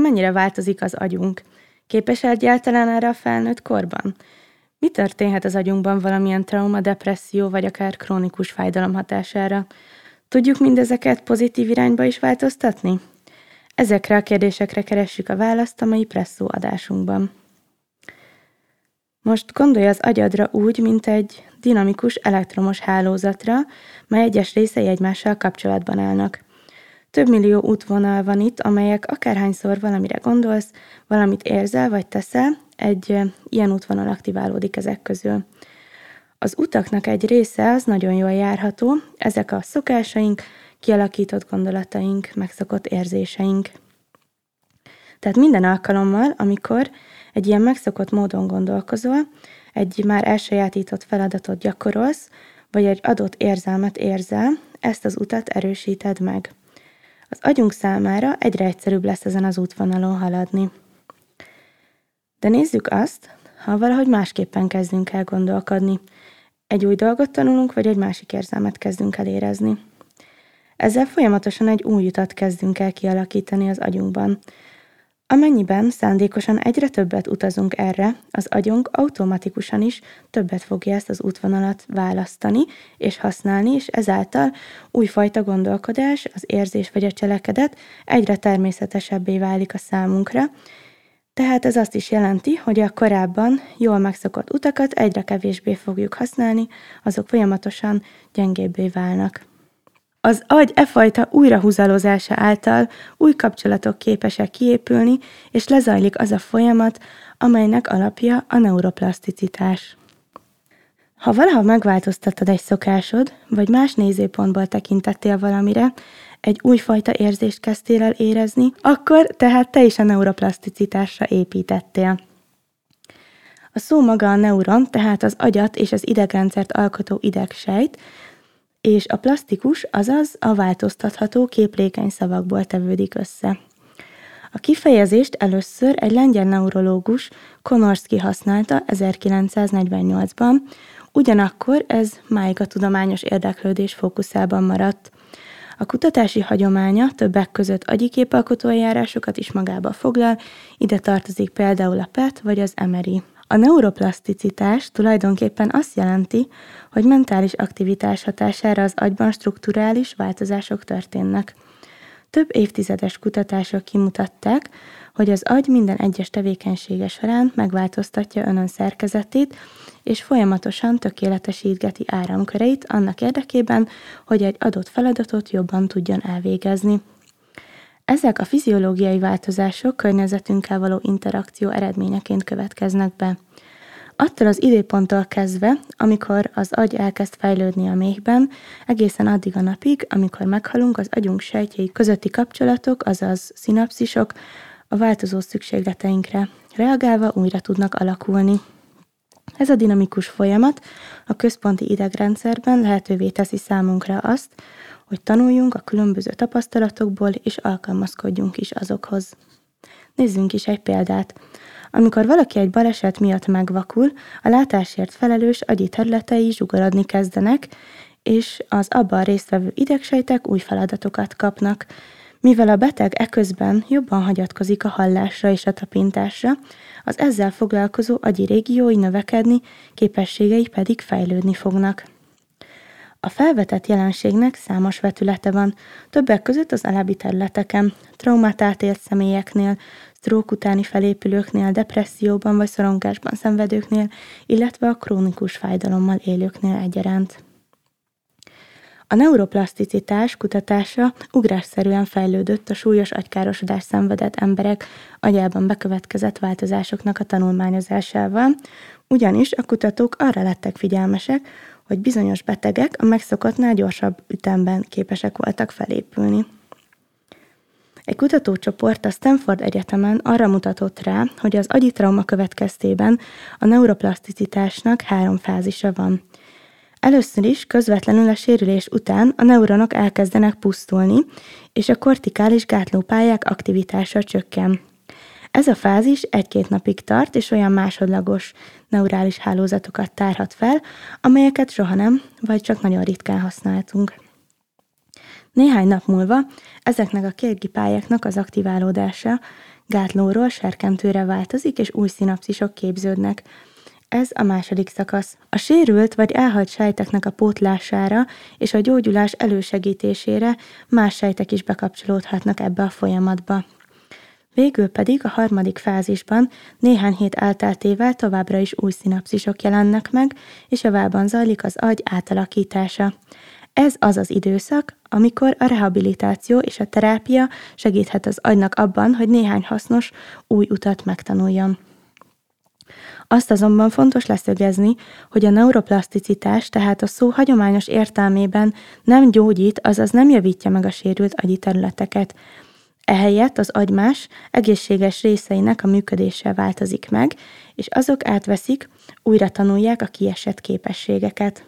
mennyire változik az agyunk? Képes egyáltalán erre a felnőtt korban? Mi történhet az agyunkban valamilyen trauma, depresszió vagy akár krónikus fájdalom hatására? Tudjuk mindezeket pozitív irányba is változtatni? Ezekre a kérdésekre keressük a választ a mai Presszó adásunkban. Most gondolj az agyadra úgy, mint egy dinamikus elektromos hálózatra, mely egyes részei egymással kapcsolatban állnak. Több millió útvonal van itt, amelyek akárhányszor valamire gondolsz, valamit érzel vagy teszel, egy ilyen útvonal aktiválódik ezek közül. Az utaknak egy része az nagyon jól járható, ezek a szokásaink, kialakított gondolataink, megszokott érzéseink. Tehát minden alkalommal, amikor egy ilyen megszokott módon gondolkozol, egy már elsajátított feladatot gyakorolsz, vagy egy adott érzelmet érzel, ezt az utat erősíted meg. Az agyunk számára egyre egyszerűbb lesz ezen az útvonalon haladni. De nézzük azt, ha valahogy másképpen kezdünk el gondolkodni. Egy új dolgot tanulunk, vagy egy másik érzelmet kezdünk el érezni. Ezzel folyamatosan egy új utat kezdünk el kialakítani az agyunkban. Amennyiben szándékosan egyre többet utazunk erre, az agyunk automatikusan is többet fogja ezt az útvonalat választani és használni, és ezáltal újfajta gondolkodás, az érzés vagy a cselekedet egyre természetesebbé válik a számunkra. Tehát ez azt is jelenti, hogy a korábban jól megszokott utakat egyre kevésbé fogjuk használni, azok folyamatosan gyengébbé válnak. Az agy fajta újrahúzalozása által új kapcsolatok képesek kiépülni, és lezajlik az a folyamat, amelynek alapja a neuroplaszticitás. Ha valaha megváltoztattad egy szokásod, vagy más nézőpontból tekintettél valamire, egy újfajta érzést kezdtél el érezni, akkor tehát te is a neuroplaszticitásra építettél. A szó maga a neuron, tehát az agyat és az idegrendszert alkotó idegsejt, és a plasztikus, azaz a változtatható képlékeny szavakból tevődik össze. A kifejezést először egy lengyel neurológus, Konorski használta 1948-ban, ugyanakkor ez máig a tudományos érdeklődés fókuszában maradt. A kutatási hagyománya többek között agyi képalkotó eljárásokat is magába foglal, ide tartozik például a PET vagy az MRI. A neuroplaszticitás tulajdonképpen azt jelenti, hogy mentális aktivitás hatására az agyban strukturális változások történnek. Több évtizedes kutatások kimutatták, hogy az agy minden egyes tevékenysége során megváltoztatja önön szerkezetét, és folyamatosan tökéletesítgeti áramköreit annak érdekében, hogy egy adott feladatot jobban tudjon elvégezni. Ezek a fiziológiai változások környezetünkkel való interakció eredményeként következnek be. Attól az időponttól kezdve, amikor az agy elkezd fejlődni a méhben, egészen addig a napig, amikor meghalunk, az agyunk sejtjei közötti kapcsolatok, azaz szinapszisok a változó szükségleteinkre reagálva újra tudnak alakulni. Ez a dinamikus folyamat a központi idegrendszerben lehetővé teszi számunkra azt, hogy tanuljunk a különböző tapasztalatokból, és alkalmazkodjunk is azokhoz. Nézzünk is egy példát. Amikor valaki egy baleset miatt megvakul, a látásért felelős agyi területei zsugorodni kezdenek, és az abban résztvevő idegsejtek új feladatokat kapnak. Mivel a beteg eközben jobban hagyatkozik a hallásra és a tapintásra, az ezzel foglalkozó agyi régiói növekedni, képességei pedig fejlődni fognak. A felvetett jelenségnek számos vetülete van, többek között az alábbi területeken, traumát átélt személyeknél, sztrók utáni felépülőknél, depresszióban vagy szorongásban szenvedőknél, illetve a krónikus fájdalommal élőknél egyaránt. A neuroplaszticitás kutatása ugrásszerűen fejlődött a súlyos agykárosodást szenvedett emberek agyában bekövetkezett változásoknak a tanulmányozásával, ugyanis a kutatók arra lettek figyelmesek, hogy bizonyos betegek a megszokottnál gyorsabb ütemben képesek voltak felépülni. Egy kutatócsoport a Stanford Egyetemen arra mutatott rá, hogy az agyi trauma következtében a neuroplaszticitásnak 3 fázisa van. Először is közvetlenül a sérülés után a neuronok elkezdenek pusztulni, és a kortikális gátlópályák aktivitása csökken. Ez a fázis 1-2 napig tart, és olyan másodlagos neurális hálózatokat tárhat fel, amelyeket soha nem, vagy csak nagyon ritkán használtunk. Néhány nap múlva ezeknek a Kürgi pályáknak az aktiválódása gátlóról serkentőre változik, és új szinapszisok képződnek. Ez a második szakasz. A sérült vagy elhalt sejteknek a pótlására és a gyógyulás elősegítésére más sejtek is bekapcsolódhatnak ebbe a folyamatba. Végül pedig a harmadik fázisban néhány hét elteltével továbbra is új szinapszisok jelennek meg, és javában zajlik az agy átalakítása. Ez az az időszak, amikor a rehabilitáció és a terápia segíthet az agynak abban, hogy néhány hasznos új utat megtanuljon. Azt azonban fontos leszögezni, hogy a neuroplaszticitás, tehát a szó hagyományos értelmében nem gyógyít, azaz nem javítja meg a sérült agyi területeket. Ehelyett az agy más, egészséges részeinek a működése változik meg, és azok átveszik, újra tanulják a kiesett képességeket.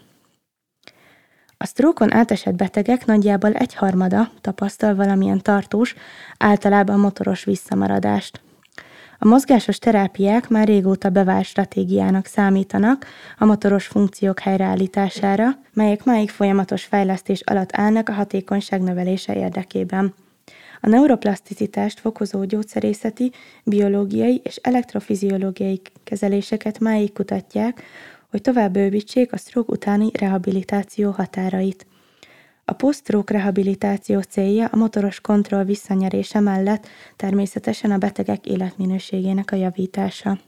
A sztrókon átesett betegek nagyjából 1/3 tapasztal valamilyen tartós, általában motoros visszamaradást. A mozgásos terápiák már régóta bevált stratégiának számítanak a motoros funkciók helyreállítására, melyek máig folyamatos fejlesztés alatt állnak a hatékonyság növelése érdekében. A neuroplaszticitást fokozó gyógyszerészeti, biológiai és elektrofiziológiai kezeléseket máig kutatják, hogy tovább bővítsék a sztrók utáni rehabilitáció határait. A post-stroke rehabilitáció célja a motoros kontroll visszanyerése mellett természetesen a betegek életminőségének a javítása.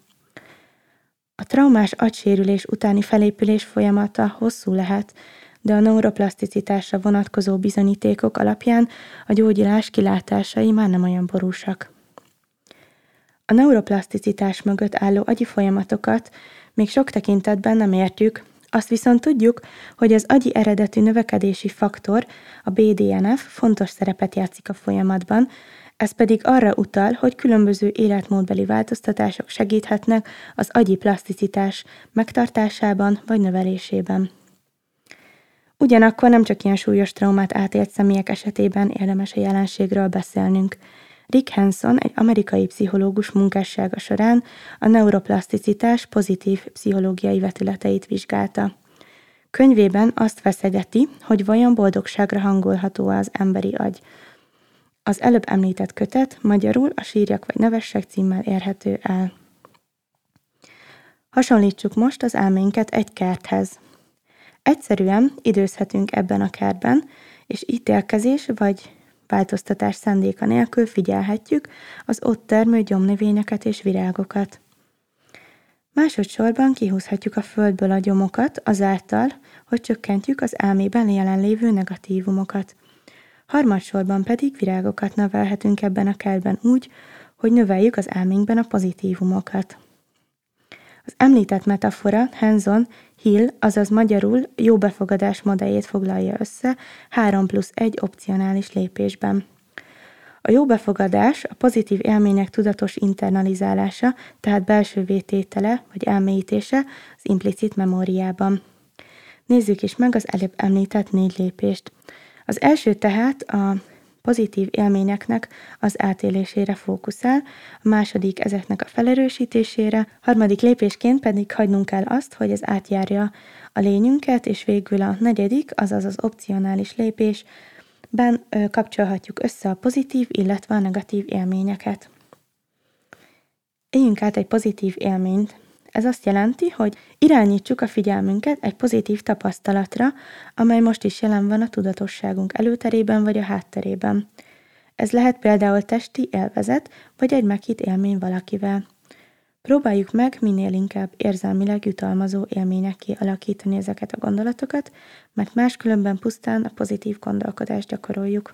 A traumás agysérülés utáni felépülés folyamata hosszú lehet, de a neuroplaszticitásra vonatkozó bizonyítékok alapján a gyógyulás kilátásai már nem olyan borúsak. A neuroplaszticitás mögött álló agyi folyamatokat még sok tekintetben nem értjük, azt viszont tudjuk, hogy az agyi eredetű növekedési faktor, a BDNF fontos szerepet játszik a folyamatban, ez pedig arra utal, hogy különböző életmódbeli változtatások segíthetnek az agyi plaszticitás megtartásában vagy növelésében. Ugyanakkor nem csak ilyen súlyos traumát átélt személyek esetében érdemes a jelenségről beszélnünk. Rick Hanson, egy amerikai pszichológus munkássága során a neuroplaszticitás pozitív pszichológiai vetületeit vizsgálta. Könyvében azt feszegeti, hogy vajon boldogságra hangolható az emberi agy. Az előbb említett kötet magyarul a Sírjak vagy nevessek címmel érhető el. Hasonlítsuk most az elménket egy kerthez. Egyszerűen időzhetünk ebben a kertben, és ítélkezés vagy változtatás szándéka nélkül figyelhetjük az ott termő gyomnövényeket és virágokat. Másodszorban kihúzhatjuk a földből a gyomokat azáltal, hogy csökkentjük az elmében jelenlévő negatívumokat. Harmadsorban pedig virágokat nevelhetünk ebben a kertben úgy, hogy növeljük az elménkben a pozitívumokat. Az említett metafora Hanson Hill, azaz magyarul jó befogadás modelljét foglalja össze 3+1 opcionális lépésben. A jó befogadás a pozitív élmények tudatos internalizálása, tehát belsővé tétele vagy elmélyítése az implicit memóriában. Nézzük is meg az előbb említett 4 lépést. Az első tehát a pozitív élményeknek az átélésére fókuszál, a második ezeknek a felerősítésére, harmadik lépésként pedig hagynunk kell azt, hogy ez átjárja a lényünket, és végül a negyedik, azaz az opcionális lépésben kapcsolhatjuk össze a pozitív, illetve a negatív élményeket. Éljünk át egy pozitív élményt. Ez azt jelenti, hogy irányítsuk a figyelmünket egy pozitív tapasztalatra, amely most is jelen van a tudatosságunk előterében vagy a hátterében. Ez lehet például testi élvezet, vagy egy meghitt élmény valakivel. Próbáljuk meg minél inkább érzelmileg jutalmazó élményekké alakítani ezeket a gondolatokat, mert máskülönben pusztán a pozitív gondolkodást gyakoroljuk.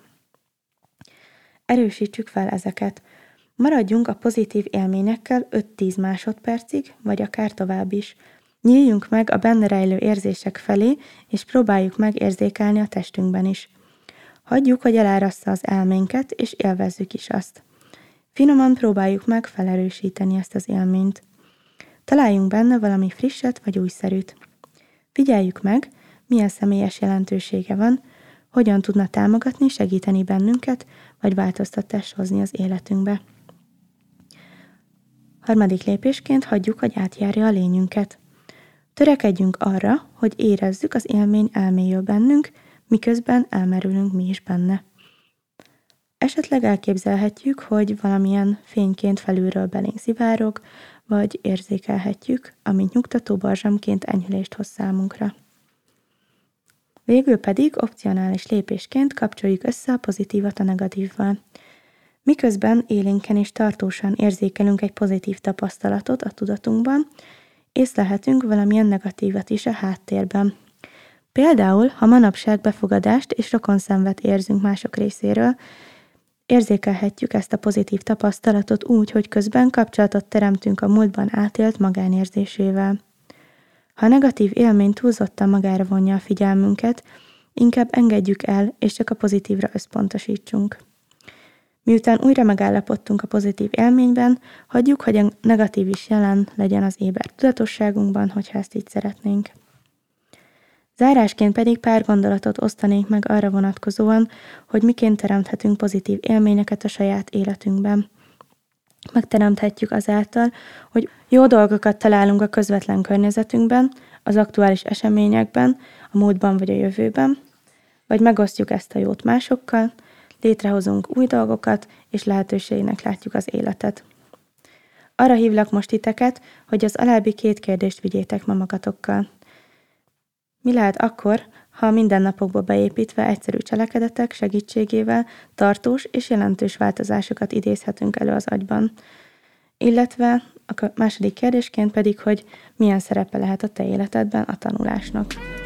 Erősítsük fel ezeket. Maradjunk a pozitív élményekkel 5-10 másodpercig, vagy akár tovább is. Nyíljunk meg a benne rejlő érzések felé, és próbáljuk meg érzékelni a testünkben is. Hagyjuk, hogy elárassza az elménket, és élvezzük is azt. Finoman próbáljuk meg felerősíteni ezt az élményt. Találjunk benne valami frisset vagy újszerűt. Figyeljük meg, milyen személyes jelentősége van, hogyan tudna támogatni, segíteni bennünket, vagy változtatást hozni az életünkbe. Harmadik lépésként hagyjuk, hogy átjárja a lényünket. Törekedjünk arra, hogy érezzük az élmény elmélyül bennünk, miközben elmerülünk mi is benne. Esetleg elképzelhetjük, hogy valamilyen fényként felülről belénk szivárog, vagy érzékelhetjük, amint nyugtató balzsamként enyhülést hoz számunkra. Végül pedig opcionális lépésként kapcsoljuk össze a pozitívat a negatívval. Miközben élénken és tartósan érzékelünk egy pozitív tapasztalatot a tudatunkban, észlelhetünk valamilyen negatívat is a háttérben. Például, ha manapság befogadást és rokonszenvet érzünk mások részéről, érzékelhetjük ezt a pozitív tapasztalatot úgy, hogy közben kapcsolatot teremtünk a múltban átélt magánérzésével. Ha a negatív élmény túlzottan magára vonja a figyelmünket, inkább engedjük el, és csak a pozitívra összpontosítsunk. Miután újra megállapodtunk a pozitív élményben, hagyjuk, hogy a negatív is jelen legyen az éber tudatosságunkban, hogyha ezt így szeretnénk. Zárásként pedig pár gondolatot osztanék meg arra vonatkozóan, hogy miként teremthetünk pozitív élményeket a saját életünkben. Megteremthetjük azáltal, hogy jó dolgokat találunk a közvetlen környezetünkben, az aktuális eseményekben, a múltban vagy a jövőben, vagy megosztjuk ezt a jót másokkal, létrehozunk új dolgokat, és lehetőségnek látjuk az életet. Arra hívlak most titeket, hogy az alábbi 2 kérdést vigyétek ma magatokkal. Mi lehet akkor, ha a mindennapokba beépítve egyszerű cselekedetek segítségével tartós és jelentős változásokat idézhetünk elő az agyban? Illetve a második kérdésként pedig, hogy milyen szerepe lehet a te életedben a tanulásnak.